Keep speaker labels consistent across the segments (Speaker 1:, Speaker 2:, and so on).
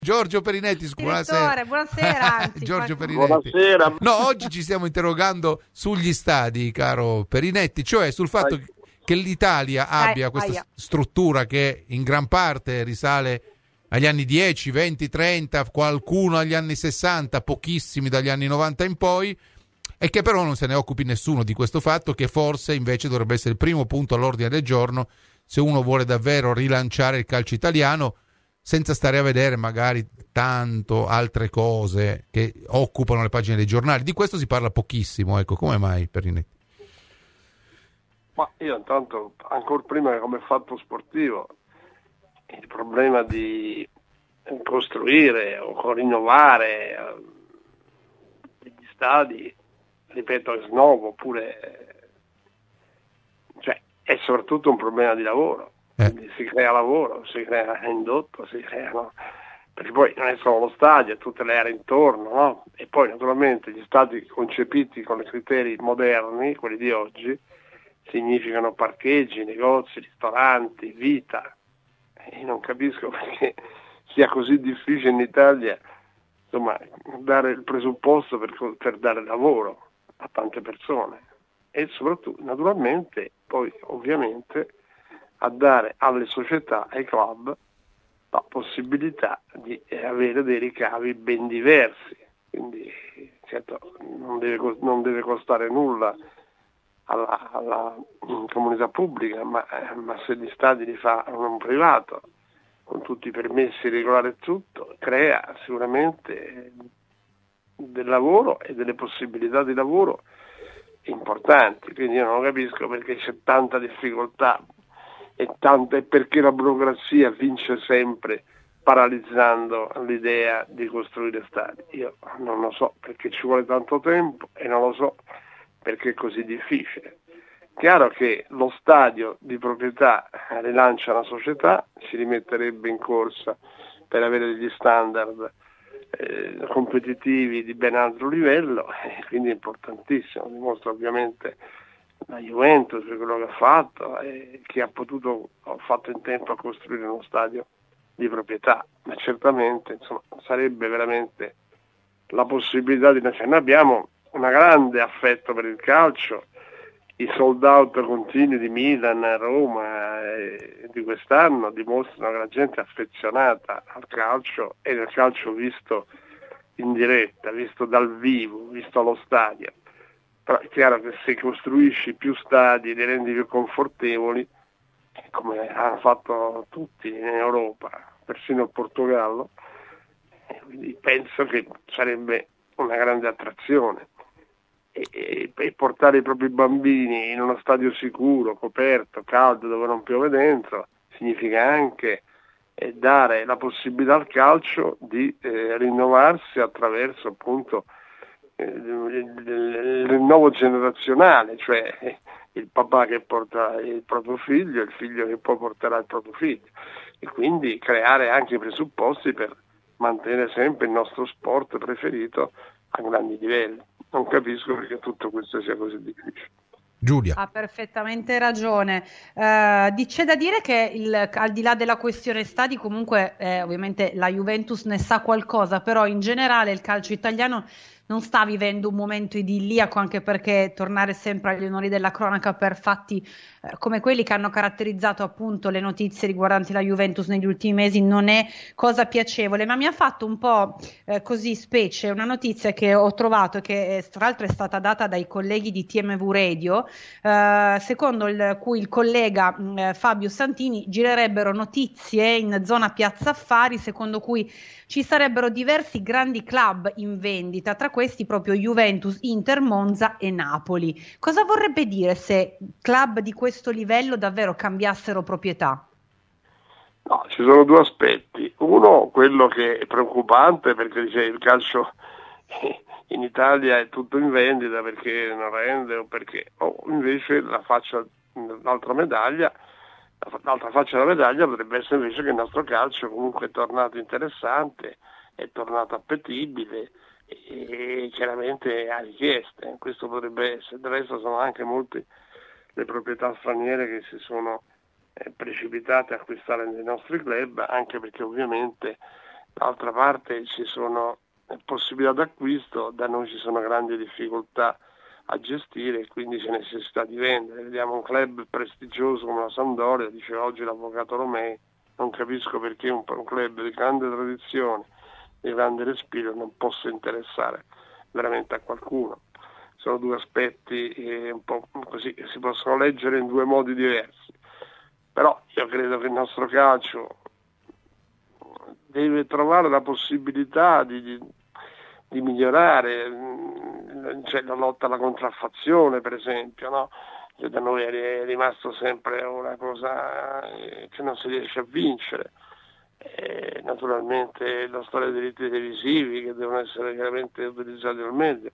Speaker 1: Giorgio Perinetti, buonasera.
Speaker 2: Buonasera, anzi.
Speaker 1: Giorgio Perinetti.
Speaker 3: Buonasera.
Speaker 1: No, oggi ci stiamo interrogando sugli stadi, caro Perinetti, cioè sul fatto che l'Italia abbia questa struttura che in gran parte risale agli anni 10, 20, 30, qualcuno agli anni 60, pochissimi dagli anni 90 in poi, e che però non se ne occupi nessuno di questo fatto, che forse invece dovrebbe essere il primo punto all'ordine del giorno se uno vuole davvero rilanciare il calcio italiano, senza stare a vedere magari tanto altre cose che occupano le pagine dei giornali. Di questo si parla pochissimo, ecco, come mai, Perinetti?
Speaker 3: Ma io intanto, ancora prima come fatto sportivo, il problema di costruire o rinnovare gli stadi, ripeto, è snovo, oppure cioè, è soprattutto un problema di lavoro. Quindi si crea lavoro, si crea indotto, si creano, perché poi non è solo lo stadio, è tutte le aree intorno, no? E poi naturalmente gli stadi concepiti con i criteri moderni, quelli di oggi, significano parcheggi, negozi, ristoranti, vita. E non capisco perché sia così difficile in Italia, insomma, dare il presupposto per dare lavoro a tante persone. E soprattutto, naturalmente, poi ovviamente, a dare alle società, ai club, la possibilità di avere dei ricavi ben diversi. Quindi certo non deve costare nulla alla comunità pubblica, ma se gli stadi li fa un privato, con tutti i permessi regolari e tutto, crea sicuramente del lavoro e delle possibilità di lavoro importanti. Quindi io non capisco perché c'è tanta difficoltà e perché la burocrazia vince sempre, paralizzando l'idea di costruire stadi. Io non lo so perché ci vuole tanto tempo e non lo so perché è così difficile. Chiaro che lo stadio di proprietà rilancia una società, si rimetterebbe in corsa per avere degli standard competitivi di ben altro livello, e quindi è importantissimo. Dimostra ovviamente la Juventus per quello che ha fatto e che ha fatto in tempo a costruire uno stadio di proprietà, ma certamente insomma, sarebbe veramente la possibilità di... Cioè, noi abbiamo un grande affetto per il calcio, i sold out continui di Milan, Roma di quest'anno dimostrano che la gente è affezionata al calcio e del calcio visto in diretta, visto dal vivo, visto allo stadio. Però è chiaro che se costruisci più stadi, li rendi più confortevoli, come hanno fatto tutti in Europa, persino il Portogallo, quindi penso che sarebbe una grande attrazione. E portare i propri bambini in uno stadio sicuro, coperto, caldo, dove non piove dentro, significa anche dare la possibilità al calcio di rinnovarsi attraverso appunto il rinnovo generazionale, cioè il papà che porta il proprio figlio, il figlio che poi porterà il proprio figlio, e quindi creare anche i presupposti per mantenere sempre il nostro sport preferito a grandi livelli. Non capisco perché tutto questo sia così difficile.
Speaker 1: Giulia.
Speaker 2: Ha perfettamente ragione. C'è da dire che al di là della questione stadi, comunque ovviamente la Juventus ne sa qualcosa, però in generale il calcio italiano non sta vivendo un momento idilliaco, anche perché tornare sempre agli onori della cronaca per fatti come quelli che hanno caratterizzato appunto le notizie riguardanti la Juventus negli ultimi mesi non è cosa piacevole, ma mi ha fatto un po' così specie una notizia che ho trovato e che tra l'altro è stata data dai colleghi di TMV Radio, secondo cui il collega Fabio Santini girerebbero notizie in zona Piazza Affari secondo cui ci sarebbero diversi grandi club in vendita, tra questi proprio Juventus, Inter, Monza e Napoli. Cosa vorrebbe dire se club di questo livello davvero cambiassero proprietà?
Speaker 3: No, ci sono due aspetti. Uno, quello che è preoccupante, perché dice il calcio in Italia è tutto in vendita perché non rende o invece l'altra medaglia. L'altra faccia della medaglia potrebbe essere invece che il nostro calcio comunque è tornato interessante, è tornato appetibile e chiaramente ha richieste. Questo potrebbe essere. Del resto sono anche molte le proprietà straniere che si sono precipitate a acquistare nei nostri club, anche perché ovviamente D'altra parte ci sono possibilità d'acquisto, da noi ci sono grandi difficoltà a gestire e quindi c'è necessità di vendere. Vediamo un club prestigioso come la Sampdoria, dice oggi l'avvocato Romei, non capisco perché un club di grande tradizione, di grande respiro non possa interessare veramente a qualcuno. Sono due aspetti un po' così che si possono leggere in due modi diversi, però io credo che il nostro calcio deve trovare la possibilità di migliorare, cioè la lotta alla contraffazione per esempio, no? Che da noi è rimasto sempre una cosa che non si riesce a vincere. Naturalmente la storia dei diritti televisivi che devono essere chiaramente utilizzati al meglio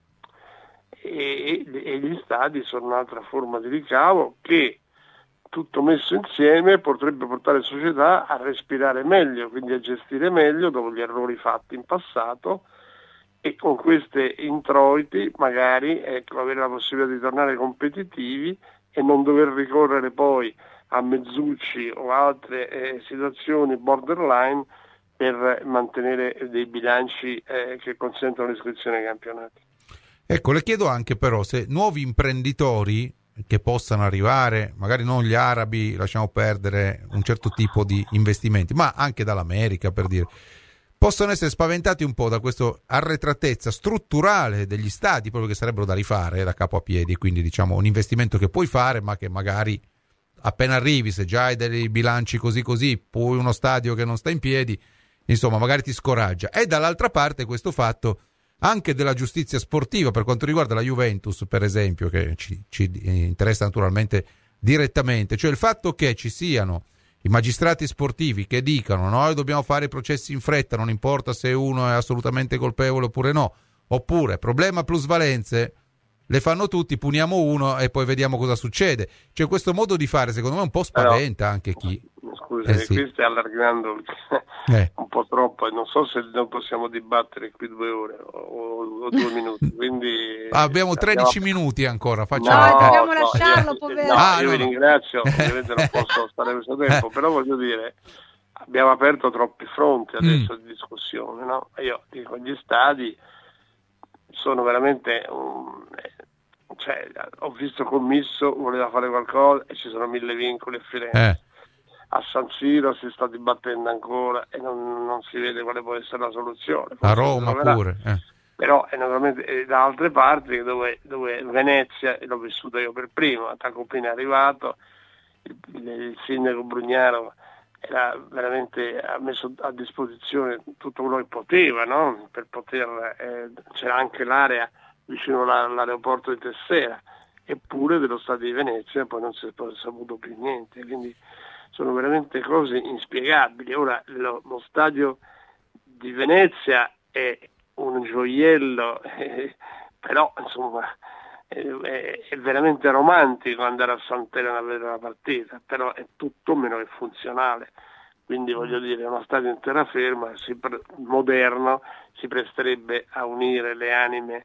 Speaker 3: e gli stadi sono un'altra forma di ricavo che tutto messo insieme potrebbe portare le società a respirare meglio, quindi a gestire meglio dopo gli errori fatti in passato e con questi introiti magari avere la possibilità di tornare competitivi e non dover ricorrere poi a mezzucci o altre situazioni borderline per mantenere dei bilanci che consentono l'iscrizione ai campionati.
Speaker 1: Ecco, le chiedo anche però se nuovi imprenditori che possano arrivare, magari non gli arabi, lasciamo perdere un certo tipo di investimenti, ma anche dall'America per dire, possono essere spaventati un po' da questa arretratezza strutturale degli stadi, proprio che sarebbero da rifare da capo a piedi, quindi diciamo un investimento che puoi fare ma che magari appena arrivi, se già hai dei bilanci così, poi uno stadio che non sta in piedi, insomma magari ti scoraggia. E dall'altra parte questo fatto anche della giustizia sportiva per quanto riguarda la Juventus, per esempio, che ci interessa naturalmente direttamente, cioè il fatto che ci siano i magistrati sportivi che dicano noi dobbiamo fare i processi in fretta, non importa se uno è assolutamente colpevole oppure no, oppure problema plusvalenze, le fanno tutti, puniamo uno e poi vediamo cosa succede. Cioè questo modo di fare secondo me un po' spaventa anche chi...
Speaker 3: Scusa, sì. Qui stai allargando un po' troppo e non so se non possiamo dibattere qui 2 ore o 2 minuti, quindi...
Speaker 1: Abbiamo 13 minuti ancora,
Speaker 2: facciamo... No, dobbiamo lasciarlo, povero.
Speaker 3: Io vi ringrazio, ovviamente non posso stare questo tempo, però voglio dire, abbiamo aperto troppi fronti adesso di discussione, no? Io dico, gli stadi sono veramente... cioè, ho visto Commisso, voleva fare qualcosa e ci sono 1000 vincoli a Firenze. A San Siro si sta dibattendo ancora e non si vede quale può essere la soluzione.
Speaker 1: A Roma pure.
Speaker 3: Però naturalmente da altre parti dove Venezia, e l'ho vissuto io per primo, a Tacopina è arrivato, il sindaco Brugnaro ha messo a disposizione tutto quello che poteva, no? Per poter, c'era anche l'area vicino all'aeroporto di Tessera, eppure dello stadio di Venezia poi non si è saputo più niente, quindi sono veramente cose inspiegabili. Ora lo stadio di Venezia è un gioiello, però insomma è veramente romantico andare a Sant'Elena a vedere la partita, però è tutto meno che funzionale. Quindi voglio dire, uno stadio in terraferma moderno si presterebbe a unire le anime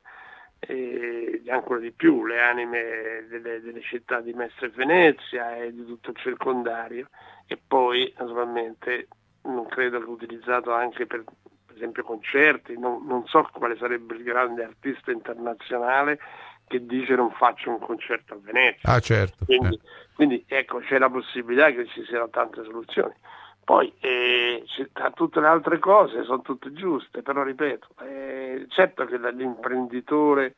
Speaker 3: ancora di più, le anime delle città di Mestre e Venezia e di tutto il circondario, e poi naturalmente non credo che utilizzato anche per esempio concerti, non so quale sarebbe il grande artista internazionale che dice non faccio un concerto a Venezia.
Speaker 1: Certo.
Speaker 3: Quindi ecco, c'è la possibilità che ci siano tante soluzioni. Poi tutte le altre cose sono tutte giuste, però ripeto, certo che l'imprenditore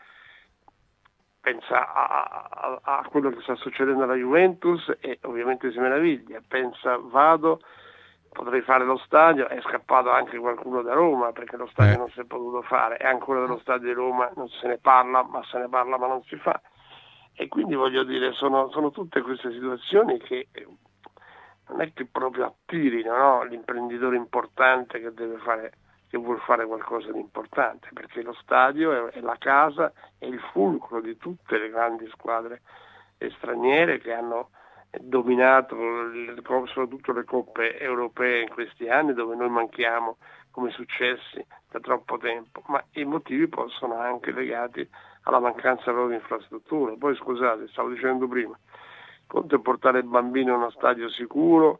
Speaker 3: pensa a quello che sta succedendo alla Juventus e ovviamente si meraviglia, pensa potrei fare lo stadio, è scappato anche qualcuno da Roma perché lo stadio non si è potuto fare, e ancora dello stadio di Roma non se ne parla ma non si fa, e quindi voglio dire sono tutte queste situazioni che non è che proprio attirino, no? L'imprenditore importante che vuol fare qualcosa di importante, perché lo stadio è la casa, è il fulcro di tutte le grandi squadre straniere che hanno dominato soprattutto le coppe europee in questi anni, dove noi manchiamo come successi da troppo tempo, ma i motivi possono anche legati alla mancanza proprio di infrastrutture. Poi scusate, stavo dicendo prima, conto è portare il bambino in uno stadio sicuro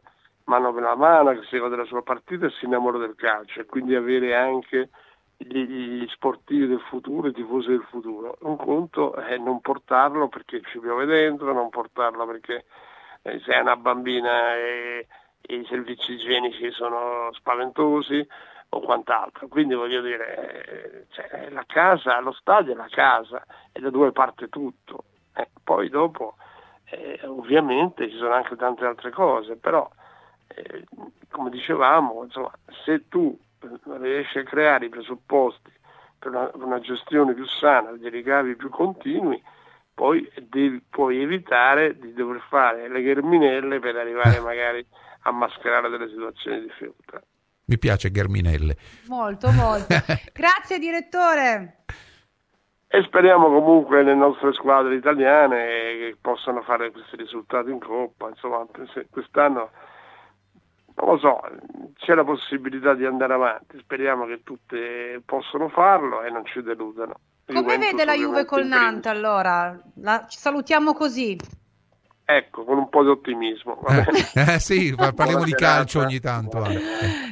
Speaker 3: mano per la mano, che segue della sua partita e si innamora del calcio, e quindi avere anche gli sportivi del futuro, i tifosi del futuro. Un conto è non portarlo perché ci piove dentro, non portarlo perché sei una bambina e i servizi igienici sono spaventosi o quant'altro. Quindi voglio dire, la casa, lo stadio è la casa, e da dove parte tutto. Poi dopo ovviamente ci sono anche tante altre cose, però come dicevamo, insomma, se tu riesci a creare i presupposti per una gestione più sana, dei ricavi più continui, poi puoi evitare di dover fare le gherminelle per arrivare magari a mascherare delle situazioni di difficoltà.
Speaker 1: Mi piace gherminelle.
Speaker 2: Molto, molto. Grazie direttore.
Speaker 3: E speriamo comunque le nostre squadre italiane che possano fare questi risultati in Coppa. Insomma, quest'anno non lo so, c'è la possibilità di andare avanti. Speriamo che tutte possano farlo e non ci deludano.
Speaker 2: Come vede la Juve col Nantes allora? Ci salutiamo così.
Speaker 3: Ecco, con un po' di ottimismo.
Speaker 1: Sì, parliamo di calcio ogni tanto.